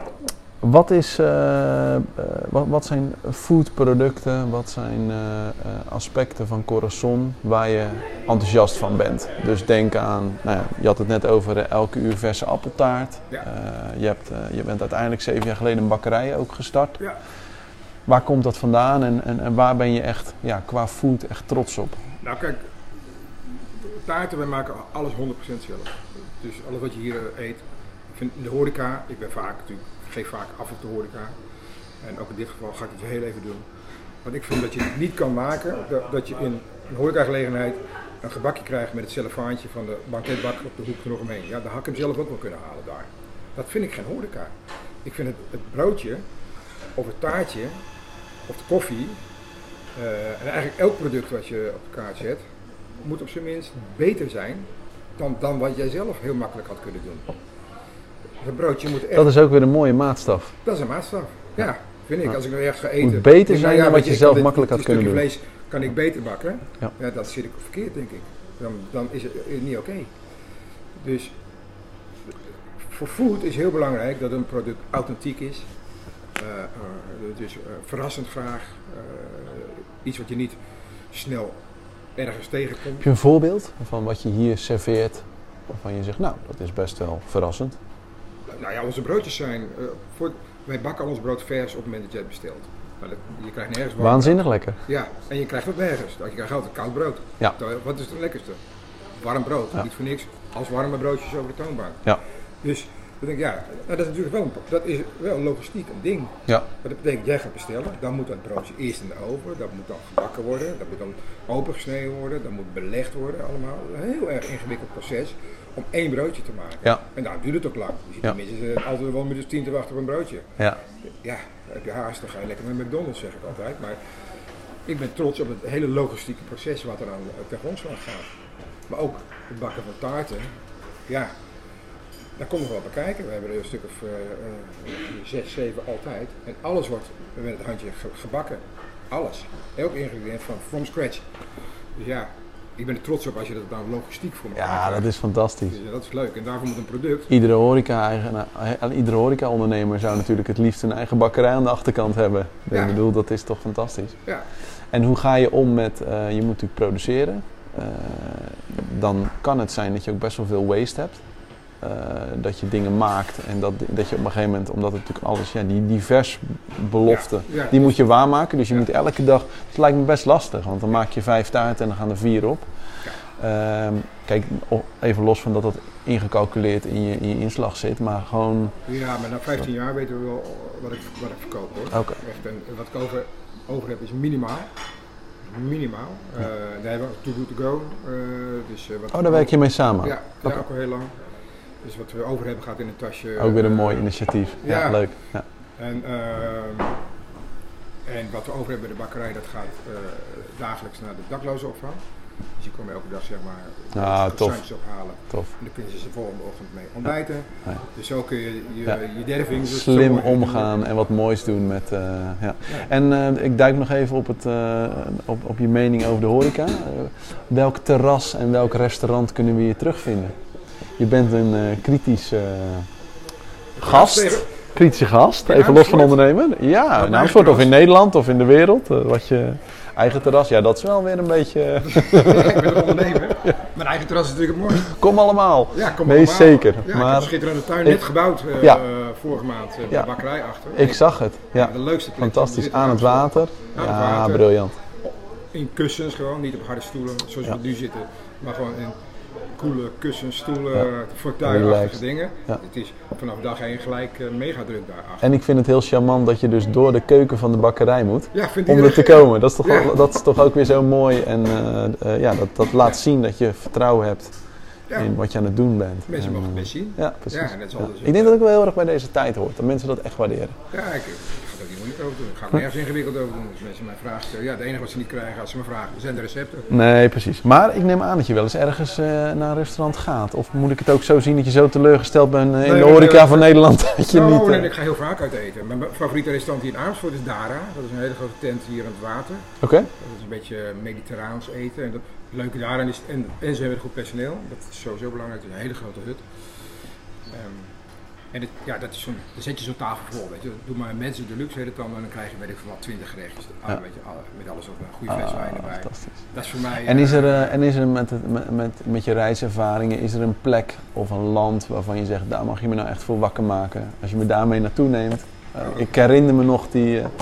Wat, is, uh, uh, wat, wat zijn foodproducten, wat zijn uh, uh, aspecten van Corazon waar je enthousiast van bent? Dus denk aan, nou ja, je had het net over uh, elke uur verse appeltaart. Ja. Uh, je, hebt, uh, je bent uiteindelijk zeven jaar geleden een bakkerij ook gestart. Ja. Waar komt dat vandaan en, en, en waar ben je echt ja, qua food echt trots op? Nou kijk, taarten, wij maken alles honderd procent zelf. Dus alles wat je hier uh, eet. Ik vind in de horeca, ik ben vaak natuurlijk, ik geef vaak af op de horeca. En ook in dit geval ga ik het heel even doen. Want ik vind dat je het niet kan maken, dat, dat je in een horecagelegenheid een gebakje krijgt met het cellofaantje van de banketbakker op de hoek er nog omheen. Ja, daar had ik hem zelf ook wel kunnen halen daar. Dat vind ik geen horeca. Ik vind het, het broodje, of het taartje, of de koffie, uh, en eigenlijk elk product wat je op de kaart zet, moet op zijn minst beter zijn dan, dan wat jij zelf heel makkelijk had kunnen doen. Het broodje moet echt... Dat is ook weer een mooie maatstaf. Dat is een maatstaf, ja, vind ik. Als ik nou ergens ga eten... moet beter zijn dan ja, wat je, je zelf dit, makkelijk had kunnen doen. Een stukje vlees kan ik beter bakken, ja. Ja, dat zit ik verkeerd denk ik. Dan, dan is het niet oké. Okay. Dus voor food is heel belangrijk dat een product authentiek is. Uh, uh, dus uh, verrassend graag, uh, iets wat je niet snel ergens tegenkomt. Heb je een voorbeeld van wat je hier serveert, waarvan je zegt, nou, dat is best wel verrassend? Nou ja, onze broodjes zijn, uh, voor, wij bakken al ons brood vers op het moment dat jij het bestelt. Maar dat, je krijgt nergens warm Waanzinnig brood. lekker. Ja, en je krijgt het nergens. Je krijgt altijd koud brood. Ja. Wat is het lekkerste? Warm brood. Ja. Niet voor niks. Als warme broodjes over de toonbank. Ja. Dus dan denk ik, ja, nou, dat is natuurlijk wel een, dat is wel logistiek een ding. Ja. Maar dat betekent, jij gaat bestellen, dan moet dat broodje eerst in de oven, dat moet dan gebakken worden, dat moet dan opengesneden worden, dat moet belegd worden allemaal. Een heel erg ingewikkeld proces om één broodje te maken. Ja. En daar duurt het ook lang. Je zit Ja. tenminste uh, altijd wel minstens tien te wachten op een broodje. Ja. Ja, dan heb je haast, dan ga je lekker naar McDonald's, zeg ik altijd. Maar ik ben trots op het hele logistieke proces wat er aan ten grondslag gaat. Maar ook het bakken van taarten, ja. Daar komt nog wel bij kijken. We hebben er een stuk of uh, uh, zes, zeven altijd. En alles wordt met het handje ge gebakken. Alles. Elk ingrediënt van from scratch. Dus ja, ik ben er trots op als je dat dan logistiek voor elkaar Ja, krijgt. dat is fantastisch. Dus, ja, dat is leuk. En daarvoor moet een product. Iedere horeca-eigenaar, iedere horeca-ondernemer zou natuurlijk het liefst een eigen bakkerij aan de achterkant hebben. Ja. Ik bedoel, dat is toch fantastisch. Ja. En hoe ga je om met, uh, je moet natuurlijk produceren. Uh, dan kan het zijn dat je ook best wel veel waste hebt. Uh, dat je dingen maakt en dat, dat je op een gegeven moment, omdat het natuurlijk alles, ja, die divers beloften, Ja, ja, die moet je waarmaken. Dus je ja. moet elke dag, het lijkt me best lastig, want dan maak je vijf taarten en dan gaan er vier op. Ja. Uh, kijk, even los van dat dat ingecalculeerd in je, in je inslag zit, maar gewoon... Ja, maar na vijftien jaar weten we wel wat ik, wat ik verkoop hoor. Okay. Echt, en wat ik over, over heb is minimaal. Minimaal. Uh, daar hebben we Too Good To Go. Uh, dus, uh, wat oh, daar werk je mee samen? Ja, okay. ja, ook al heel lang. Dus wat we over hebben gaat in een tasje. Ook weer een uh, mooi initiatief. Ja, ja. Leuk. Ja. En, uh, en wat we over hebben bij de bakkerij, dat gaat uh, dagelijks naar de daklozenopvang. Dus je komt elke dag zeg maar ah, croissantjes ophalen. Tof. En dan kunnen ze de volgende ochtend mee ontbijten. Ja. Ja. Dus zo kun je je, ja. je derving dus slim omgaan en wat moois doen met... Uh, ja. Ja. En uh, ik duik nog even op, het, uh, op, op je mening over de horeca. Uh, welk terras en welk restaurant kunnen we hier terugvinden? Je bent een uh, kritisch uh, gast. Kritische gast, even los van ondernemer. Ja, in Amersfoort of in Nederland of in de wereld. Uh, wat je... Eigen terras, ja, dat is wel weer een beetje... Ja, ik ben een ondernemer. Ja. Mijn eigen terras is natuurlijk mooi. Kom allemaal. Ja, kom nee, allemaal. zeker. Ja, maar... ik heb een schitterende tuin net gebouwd uh, ja. vorige maand uh, ja. de bakkerij achter. Ik zag het. Ja. Ja, de leukste plek. Fantastisch. Aan het water. Aan ja, het water. Briljant. In kussens gewoon, niet op harde stoelen zoals ja. we nu zitten. Maar gewoon in koele kussens, stoelen, ja. fortuinachtige dingen. Ja. Het is vanaf dag één gelijk uh, mega druk daarachter. En ik vind het heel charmant dat je dus door de keuken van de bakkerij moet ja, om er te komen. Dat is toch, ja. al, dat is toch ook weer zo mooi en uh, uh, ja, dat, dat laat ja. zien dat je vertrouwen hebt ja. in wat je aan het doen bent. Mensen en, mogen het best zien. Ja, precies. Ja, dat is ja. dus ik denk dat ik wel heel erg bij deze tijd hoort, dat mensen dat echt waarderen. Ja, ik, ik ga er niet moeilijk over doen. Ik ga er nergens ingewikkeld over doen. Als mensen mij vragen, ja, het enige wat ze niet krijgen als ze me vragen, zijn de recepten. Nee, precies. Maar ik neem aan dat je wel eens ergens uh, naar een restaurant gaat. Of moet ik het ook zo zien dat je zo teleurgesteld bent uh, in nee, de horeca nee, van nee, Nederland? Dat je nou, niet, uh... nee, ik ga heel vaak uit eten. Mijn favoriete restaurant hier in Amersfoort is Dara. Dat is een hele grote tent hier aan het water. Oké. Okay. Dat is een beetje mediterraans eten. En dat leuke daaraan is, en, en ze hebben goed personeel. Dat is sowieso belangrijk. Het is een hele grote hut. Um, En het, ja, dat is zo'n, dan zet je zo'n tafel vol, weet je. Doe maar mensen deluxe heet het dan en dan krijg je weet ik veel wat twintig gerechtjes. Ja. Weet je, met alles op een goede fles ah, wijn erbij. Dat is voor mij... En is er, uh, en is er met, het, met, met, met je reiservaringen, is er een plek of een land waarvan je zegt, daar mag je me nou echt voor wakker maken. Als je me daarmee naartoe neemt. Uh, oh. Ik herinner me nog die... Uh...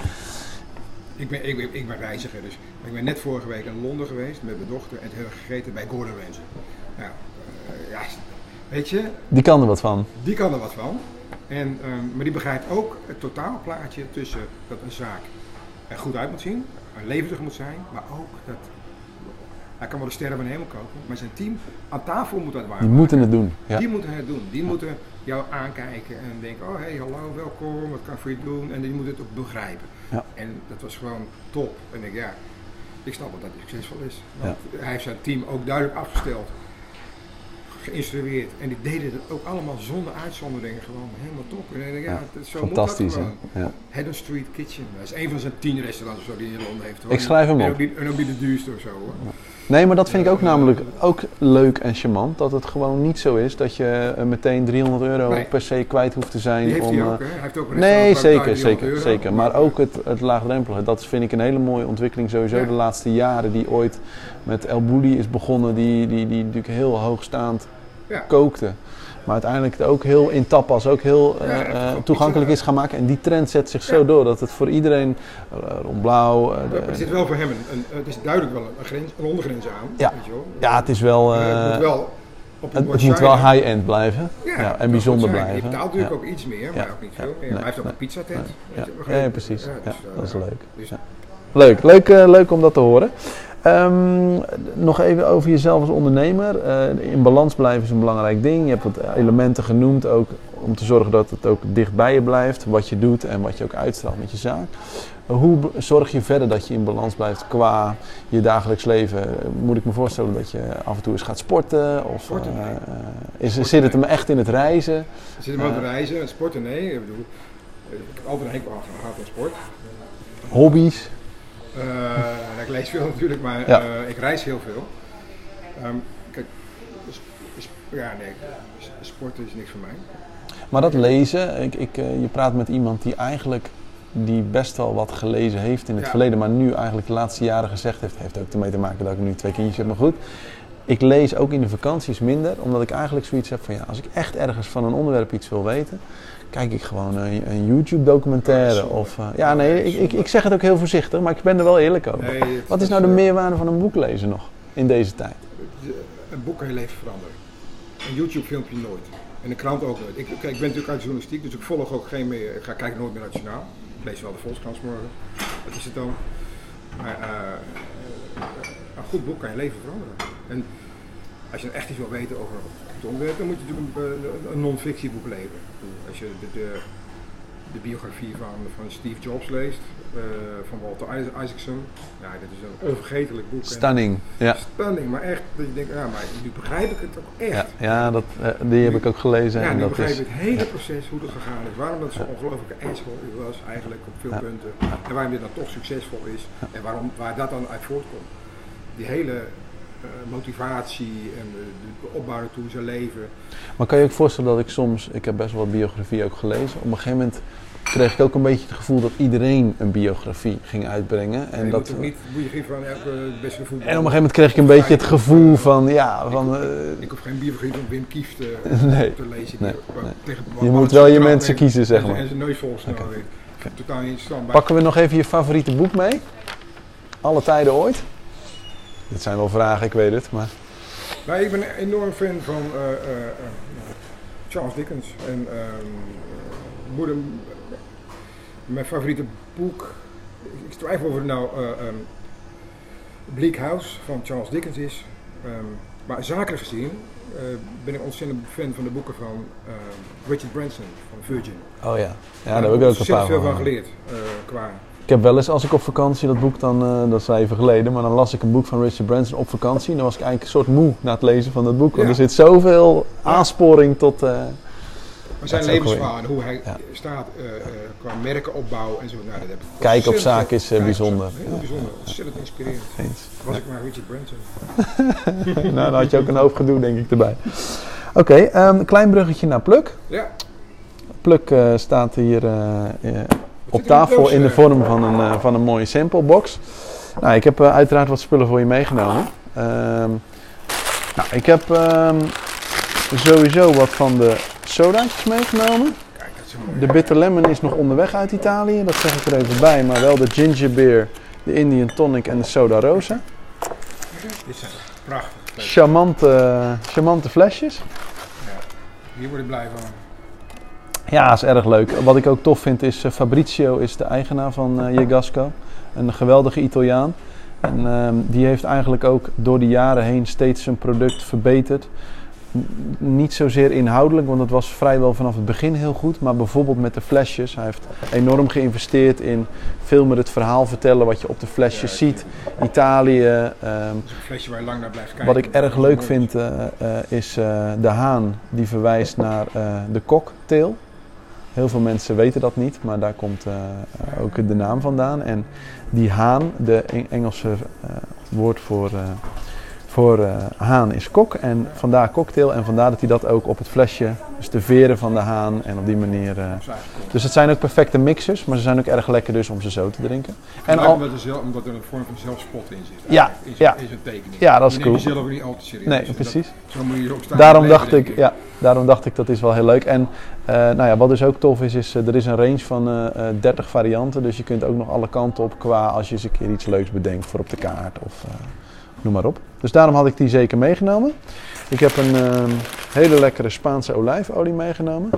Ik, ben, ik, ben, ik ben reiziger, dus ik ben net vorige week in Londen geweest met mijn dochter en het hebben gegeten bij Gordon Ramsay. Nou, uh, ja... Weet je? Die kan er wat van. Die kan er wat van. En, um, maar die begrijpt ook het totaalplaatje tussen dat een zaak er goed uit moet zien, levendig moet zijn, maar ook dat hij kan wel de sterren van de hemel kopen, maar zijn team aan tafel moet dat waar. Die moeten het doen. Ja. Die moeten het doen. Die moeten jou aankijken en denken, oh hé, hey, hallo, welkom, wat kan ik voor je doen? En die moeten het ook begrijpen. Ja. En dat was gewoon top. En ik denk, ja, ik snap wel dat hij succesvol is. Want ja. hij heeft zijn team ook duidelijk afgesteld. Geïnstrueerd en die deden het ook allemaal zonder uitzonderingen gewoon helemaal top. En ik denk, ja, ja, zo fantastisch, moet dat gewoon. Ja. Haddon Street Kitchen, dat is een van zijn tien restaurants of zo die in Londen heeft. Hoor. Ik schrijf hem op. En ook niet, en ook niet de duurste of zo hoor. Ja. Nee, maar dat vind ik ook namelijk ook leuk en charmant. Dat het gewoon niet zo is dat je uh, meteen driehonderd euro nee. per se kwijt hoeft te zijn. Die heeft om, hij ook, hè? Hij heeft ook een nee, zeker, zeker, euro. zeker. Maar ook het, het laagdrempelige. Dat vind ik een hele mooie ontwikkeling sowieso ja. de laatste jaren. Die ooit met El Bulli is begonnen. Die, die, die natuurlijk heel hoogstaand ja. kookte. Maar uiteindelijk het ook heel in tapas, ook heel uh, Ja, uh, ook toegankelijk pizza. is gaan maken. En die trend zet zich Ja. zo door dat het voor iedereen, uh, rond blauw... Uh, Maar er zit wel voor hem een, een, het is duidelijk wel een, grens, een ondergrens aan. Ja. Weet je wel. ja, het is wel... Uh, Maar het moet wel op het, bord het moet wel shinen. high-end blijven. Ja, Ja, dat en moet bijzonder goed zijn. blijven. Je betaalt natuurlijk Ja. ook iets meer, Ja. maar ook niet veel. Ja. En Nee. hij heeft ook Nee. een pizzatent. Ja. weet je, Ja, begrepen? ja, precies. Ja, Ja, dus, uh, dat is leuk. dus- Ja. Leuk, leuk, uh, leuk om dat te horen. Um, nog even over jezelf als ondernemer. Uh, in balans blijven is een belangrijk ding. Je hebt wat elementen genoemd ook om te zorgen dat het ook dicht bij je blijft. Wat je doet en wat je ook uitstraalt met je zaak. Uh, hoe b- zorg je verder dat je in balans blijft qua je dagelijks leven? Uh, moet ik me voorstellen dat je af en toe eens gaat sporten? Of Sporten, uh, nee. uh, is, Sporten, zit het nee. hem echt in het reizen? Er zit hem wel te Uh, reizen, en sporten nee. Ik bedoel, ik heb altijd een hekel aan gehad aan sport. Hobby's? Uh, nou, ik lees veel natuurlijk, maar Ja. uh, ik reis heel veel. Um, kijk, s- s- ja nee, s- sporten is niks voor mij. Maar dat lezen, ik, ik, uh, je praat met iemand die eigenlijk die best wel wat gelezen heeft in het Ja. verleden, maar nu eigenlijk de laatste jaren gezegd heeft, heeft ook ermee te maken dat ik nu twee kindjes heb, maar goed. Ik lees ook in de vakanties minder, omdat ik eigenlijk zoiets heb van ja, als ik echt ergens van een onderwerp iets wil weten, kijk ik gewoon een, een YouTube documentaire Ja, of... Uh, ja, nee, ik, ik, ik zeg het ook heel voorzichtig, maar ik ben er wel eerlijk over. Nee, het Wat is nou de meerwaarde van een boek lezen nog in deze tijd? De- Een boek kan je leven veranderen. Een YouTube filmpje nooit. En een krant ook nooit. Ik, kijk, ik ben natuurlijk uit de journalistiek, dus ik volg ook geen meer. Ik ga kijken nooit meer naar het journaal. Ik lees wel de Volkskrant 's morgen. Dat is het dan. Maar uh, uh, een goed boek kan je leven veranderen. En als je echt iets wil weten over het onderwerp, dan moet je natuurlijk een, een, een non-fictieboek lezen. Als je de, de, de biografie van, van Steve Jobs leest, uh, van Walter Isaacson, ja, dat is een onvergetelijk boek. Stunning, ja. Stunning, maar echt, dat je denkt, ja, maar nu begrijp ik het ook echt. Ja, ja dat, uh, die heb ik ook gelezen. Ja, en nu dat begrijp is, ik het hele proces, hoe dat gegaan is. Waarom dat zo'n ongelofelijke asshole was eigenlijk op veel Ja. punten. En waarom dit dan toch succesvol is. En waarom, waar dat dan uit voortkomt. Die hele uh, motivatie en de, de opbouw toe zijn leven. Maar kan je ook voorstellen dat ik soms, ik heb best wel wat biografie ook gelezen, op een gegeven moment kreeg ik ook een beetje het gevoel dat iedereen een biografie ging uitbrengen. En, En je dat, moet ook niet boeiengief van elke beste voetbal. en op een gegeven moment kreeg ik een beetje het gevoel van, ja, van... Uh, Ik hoef geen biografie van Wim Kieft te, Nee, te lezen. nee, Die, nee. tegen Je moet wel je mensen kiezen, zeg maar. En zijn neus vol snel Oké. weet. Totaal niet interessant. Maar pakken we nog even je favoriete boek mee? Alle tijden ooit? Dit zijn wel vragen, ik weet het, maar... nou, ik ben een enorm fan van uh, uh, uh, Charles Dickens. En uh, moeder, mijn favoriete boek, ik twijfel of het nou uh, um, Bleak House van Charles Dickens is. Um, maar zakelijk gezien uh, ben ik ontzettend fan van de boeken van uh, Richard Branson van Virgin. Oh ja, ja daar heb ik ook een paar veel van van. geleerd. Uh, qua Ik heb wel eens, als ik op vakantie dat boek dan, uh, dat is even geleden, maar dan las ik een boek van Richard Branson op vakantie. En dan was ik eigenlijk een soort moe na het lezen van dat boek. Want Ja. er zit zoveel aansporing tot... Uh, Maar zijn Dat is ook levensverhaal en hoe hij Ja. staat uh, uh, qua merkenopbouw en zo. Nou, dat heb ik Kijk op ontzettend zaken is, uh, veel- bijzonder. Heel Ja. bijzonder, ontzettend inspirerend. eens. Was ik maar Richard Branson. Nou, dan had je ook een hoop gedoe, denk ik, erbij. Oké, okay, um, klein bruggetje naar Pluk. Ja. Pluk uh, staat hier uh, uh, op in de tafel doos, in de uh? vorm van een, uh, van een mooie samplebox. Nou, ik heb uh, uiteraard wat spullen voor je meegenomen. Um, nou, ik heb um, sowieso wat van de sodaatjes meegenomen. Kijk, dat is een mooi. De Bitter Lemon is nog onderweg uit Italië, dat zeg ik er even bij. Maar wel de Ginger Beer, de Indian Tonic en de Soda Rosa. Dit zijn prachtig. Charmante, charmante flesjes. Ja. Hier word ik blij van. Ja, is erg leuk. Wat ik ook tof vind is, uh, Fabrizio is de eigenaar van uh, Jegasco. Een geweldige Italiaan. En uh, die heeft eigenlijk ook door de jaren heen steeds zijn product verbeterd. N- niet zozeer inhoudelijk, want het was vrijwel vanaf het begin heel goed. Maar bijvoorbeeld met de flesjes. Hij heeft enorm geïnvesteerd in veel meer het verhaal vertellen wat je op de flesjes Ja, ziet. Italië. Um, Dat is een flesje waar je lang naar blijft kijken. Wat ik erg leuk vind uh, uh, is uh, de haan die verwijst naar uh, de cocktail. Heel veel mensen weten dat niet, maar daar komt uh, uh, ook de naam vandaan. En die haan, de Engelse uh, woord voor, uh, voor uh, haan is kok en vandaar cocktail en vandaar dat hij dat ook op het flesje, dus de veren van de haan en op die manier. Uh, dus het zijn ook perfecte mixers, maar ze zijn ook erg lekker dus om ze zo te drinken. En al, omdat, er zelf, omdat er een vorm van zelfspot in zit. Ja, is, ja. is een tekening. Ja, dat is je cool. Je neemt jezelf niet al te serieus. Nee, dus precies. Dat, zo moet je ook staan. Daarom leven, dacht ik, ik. ja, daarom dacht ik dat is wel heel leuk. En uh, nou ja, wat dus ook tof is, is uh, er is een range van uh, uh, dertig varianten, dus je kunt ook nog alle kanten op qua als je eens een keer iets leuks bedenkt voor op de kaart of uh, noem maar op. Dus daarom had ik die zeker meegenomen. Ik heb een uh, hele lekkere Spaanse olijfolie meegenomen.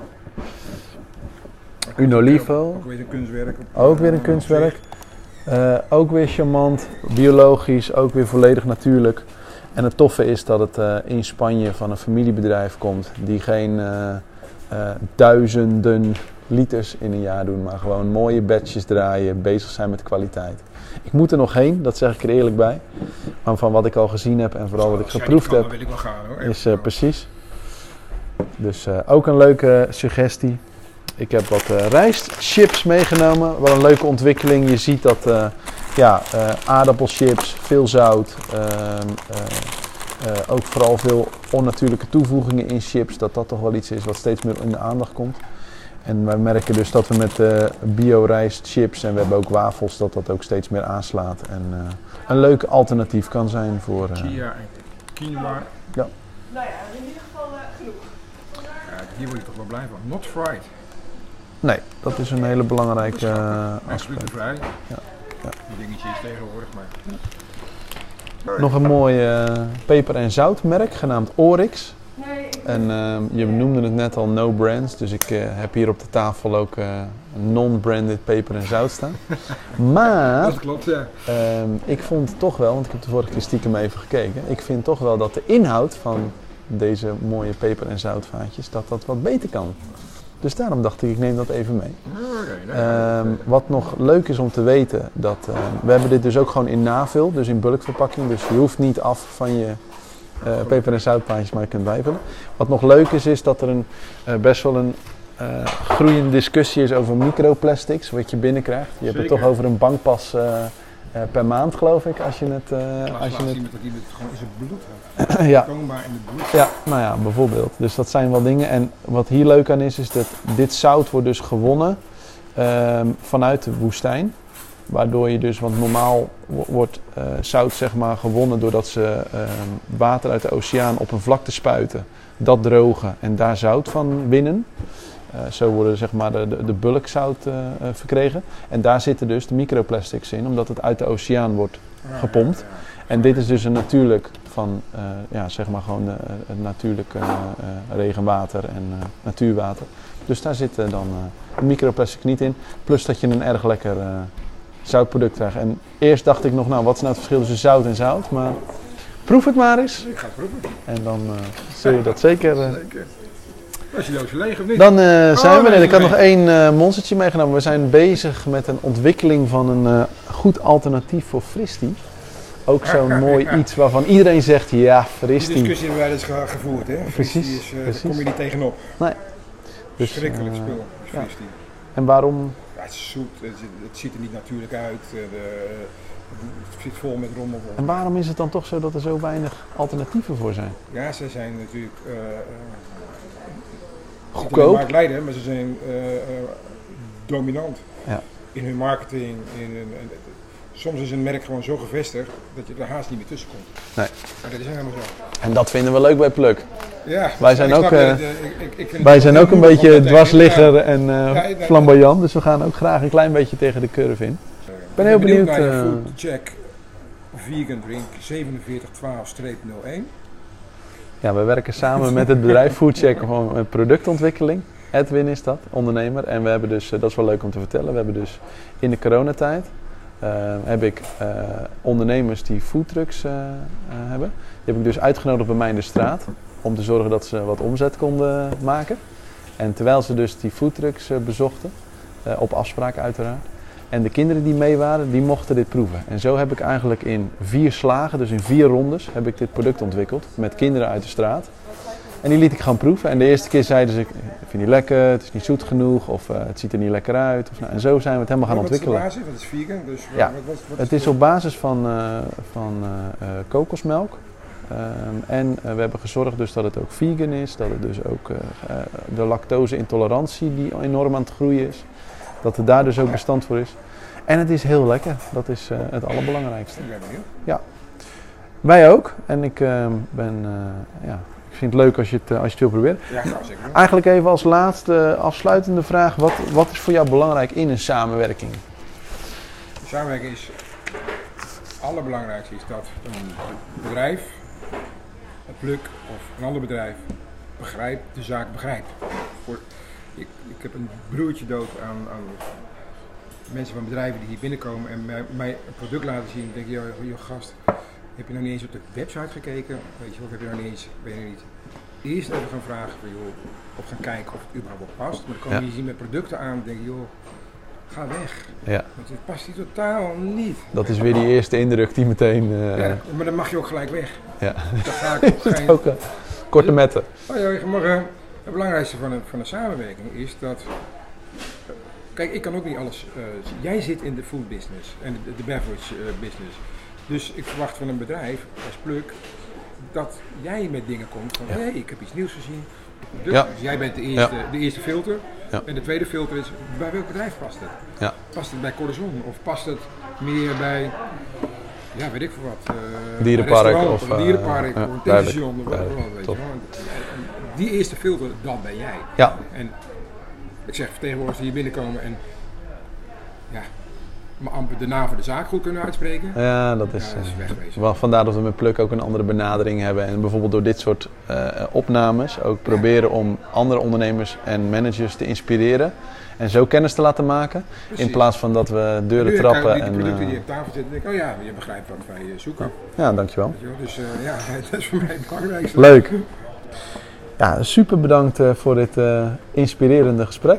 Un Olivo. Ook weer een kunstwerk. Ook weer een kunstwerk. Uh, ook weer charmant, biologisch, ook weer volledig natuurlijk. En het toffe is dat het uh, in Spanje van een familiebedrijf komt die geen uh, uh, duizenden liters in een jaar doen, maar gewoon mooie batches draaien, bezig zijn met kwaliteit. Ik moet er nog heen, dat zeg ik er eerlijk bij. Maar van wat ik al gezien heb en vooral wat ik geproefd heb, wil ik wel gaan, hoor. is uh, precies. Dus uh, ook een leuke suggestie. Ik heb wat uh, rijstchips meegenomen. Wel een leuke ontwikkeling. Je ziet dat uh, ja, uh, aardappelchips, veel zout, uh, uh, uh, ook vooral veel onnatuurlijke toevoegingen in chips. Dat dat toch wel iets is wat steeds meer in de aandacht komt. En wij merken dus dat we met uh, bio-rijstchips en we hebben ook wafels, dat dat ook steeds meer aanslaat. En uh, een leuk alternatief kan zijn voor... Uh, Chia en quinoa. Ja. Nou ja, in ieder geval uh, genoeg. Ja, hier word je toch wel blij van. Not fried. Nee, dat is een hele belangrijke uh, aspect. Glutenvrij. Ja. Ja. Die dingetjes tegenwoordig, maar... Ja. Nog een mooi uh, peper- en zoutmerk genaamd Oryx. Nee, ik En uh, je noemde het net al no brands, dus ik uh, heb hier op de tafel ook uh, non-branded peper en zout staan. Maar dat klopt, ja. uh, ik vond toch wel, want ik heb de vorige keer stiekem even gekeken, ik vind toch wel dat de inhoud van deze mooie peper- en zoutvaatjes, dat dat wat beter kan. Dus daarom dacht ik, ik neem dat even mee. Okay, um, wat nog leuk is om te weten, dat uh, we hebben dit dus ook gewoon in navul, dus in bulkverpakking. Dus je hoeft niet af van je uh, peper- en zoutpaantjes, maar je kunt bijvullen. Wat nog leuk is, is dat er een, uh, best wel een uh, groeiende discussie is over microplastics, wat je binnenkrijgt. Je hebt het toch over een bankpas uh, uh, per maand, geloof ik, als je het... Uh, als je het... iemand dat iemand gewoon in zijn bloed heeft. Ja. Toonbaar in het bloed. Ja, nou ja, bijvoorbeeld. Dus dat zijn wel dingen. En wat hier leuk aan is, is dat dit zout wordt dus gewonnen um, vanuit de woestijn. Waardoor je dus, want normaal wordt uh, zout zeg maar gewonnen doordat ze uh, water uit de oceaan op een vlakte spuiten. Dat drogen en daar zout van winnen. Uh, zo worden zeg maar de, de, de bulkzout uh, uh, verkregen. En daar zitten dus de microplastics in, omdat het uit de oceaan wordt gepompt. En dit is dus een natuurlijk van, uh, ja, zeg maar gewoon uh, het natuurlijke uh, uh, regenwater en uh, natuurwater. Dus daar zit uh, dan uh, microplastic niet in. Plus dat je een erg lekker uh, zoutproduct krijgt. En eerst dacht ik nog, nou wat is nou het verschil tussen zout en zout? Maar proef het maar eens. Ik ga het proeven. En dan uh, zul je dat zeker... Uh, zeker. Was je doosje leeg of niet? Dan uh, zijn oh, we er. Ik had mee. nog één uh, monstertje meegenomen. We zijn bezig met een ontwikkeling van een uh, goed alternatief voor Fristi. Ook zo'n mooi iets waarvan iedereen zegt, ja, Fristi. Die discussie hebben wij dus ge- gevoerd, hè? Precies, Fristi is, uh, precies. Daar kom je niet tegenop. Nee. Dus, Schrikkelijk uh, spul, ja. Fristi. En waarom? Ja, het is zoet, het, het ziet er niet natuurlijk uit, uh, de, het zit vol met rommel. En waarom is het dan toch zo dat er zo weinig alternatieven voor zijn? Ja, ze zijn natuurlijk uh, uh, Goedkoop. marktleider, maar ze zijn uh, uh, dominant Ja. in hun marketing. In hun, en, soms is een merk gewoon zo gevestigd dat je er haast niet meer tussen komt. Nee. Maar dat is helemaal zo. En dat vinden we leuk bij Pluk. Ja, Wij zijn ik ook, snap uh, het, uh, ik, ik, ik vind Wij het zijn heel ook een moeilijk om beetje dat tegen- dwarsligger ja. en uh, Ja, ja, flamboyant, dus we gaan ook graag een klein beetje tegen de curve in. Ik ben heel benieuwd. naar je Uh, Food Check Vegan Drink zevenenveertig twaalf nul één. ja, we werken samen met het bedrijf Foodcheck gewoon met productontwikkeling. Edwin is dat, ondernemer. En we hebben dus, uh, dat is wel leuk om te vertellen, we hebben dus in de coronatijd uh, heb ik uh, ondernemers die foodtrucks uh, uh, hebben. Die heb ik dus uitgenodigd bij mij in de straat om te zorgen dat ze wat omzet konden maken. En terwijl ze dus die foodtrucks uh, bezochten, uh, op afspraak uiteraard. En de kinderen die mee waren, die mochten dit proeven. En zo heb ik eigenlijk in vier slagen, dus in vier rondes, heb ik dit product ontwikkeld met kinderen uit de straat. En die liet ik gaan proeven. En de eerste keer zeiden ze, ik vind het niet lekker, het is niet zoet genoeg, of uh, het ziet er niet lekker uit. Of, nou, en zo zijn we het helemaal gaan ontwikkelen. Wat is de basis? Wat is vegan? Dus Ja, wat, wat, wat het is op basis van, uh, van uh, uh, kokosmelk Um, en uh, we hebben gezorgd dus dat het ook vegan is, dat het dus ook uh, uh, de lactose-intolerantie die enorm aan het groeien is, dat het daar dus ook bestand voor is. En het is heel lekker, dat is uh, het allerbelangrijkste. Ik ben benieuwd. Ja, wij ook. En ik uh, ben, uh, ja, ik vind het leuk als je het, uh, als je het wil proberen. Ja, nou, zeker. Eigenlijk even als laatste afsluitende vraag, wat, wat is voor jou belangrijk in een samenwerking? De samenwerking is, het allerbelangrijkste is dat een bedrijf, een pluk of een ander bedrijf, begrijpt, de zaak begrijpt. Voor, ik, ik heb een broertje dood aan, aan mensen van bedrijven die hier binnenkomen en mij, mij een product laten zien. Ik denk, joh, joh gast, heb je nou niet eens op de website gekeken? Weet je, of heb je nou niet eens, ben je niet eerst even gaan vragen van, joh, of gaan kijken of het überhaupt wel past. Maar dan komen Ja. je zien met producten aan en denk je, joh, ga weg. Ja. Want het past hier totaal niet. Dat is weer die eerste indruk die meteen... Uh, Ja, maar dan mag je ook gelijk weg. ja. Dan ga ik ook Is geen... het ook uh, korte metten? Oh ja, je mag, uh, het belangrijkste van een, van een samenwerking is dat... Kijk, ik kan ook niet alles... Uh, jij zit in de food business en de, de beverage uh, business. Dus ik verwacht van een bedrijf als pluk dat jij met dingen komt van... Hé, Ja. hey, ik heb iets nieuws gezien. Dus, Ja. dus jij bent de eerste, Ja. de eerste filter. Ja. En de tweede filter is, bij welk bedrijf past het? Ja. Past het bij Corazon of past het meer bij... Ja, weet ik veel wat. Uh, Dierenpark een restaurant, of, een dierenpark uh, of ja, een duidelijk, televisión of wat dan ook, duidelijk, weet top. je wel. En die eerste filter, dat ben jij. Ja. En ik zeg vertegenwoordigers die hier binnenkomen en ja, maar amper de naam van de zaak goed kunnen uitspreken. Ja, dat is, Ja, dat is uh, wegwezen. wel vandaar dat we met Pluk ook een andere benadering hebben. En bijvoorbeeld door dit soort uh, opnames ook proberen om andere ondernemers en managers te inspireren. En zo kennis te laten maken. Precies. In plaats van dat we deuren Nu trappen. krijg ik En, die producten die uh, op tafel zitten, denk ik, oh ja, je begrijpt wat wij uh, zoeken. ja, dankjewel. Weet je wel. Dus uh, ja, dat is voor mij het belangrijkste. Leuk. Ja, super bedankt uh, voor dit uh, inspirerende gesprek.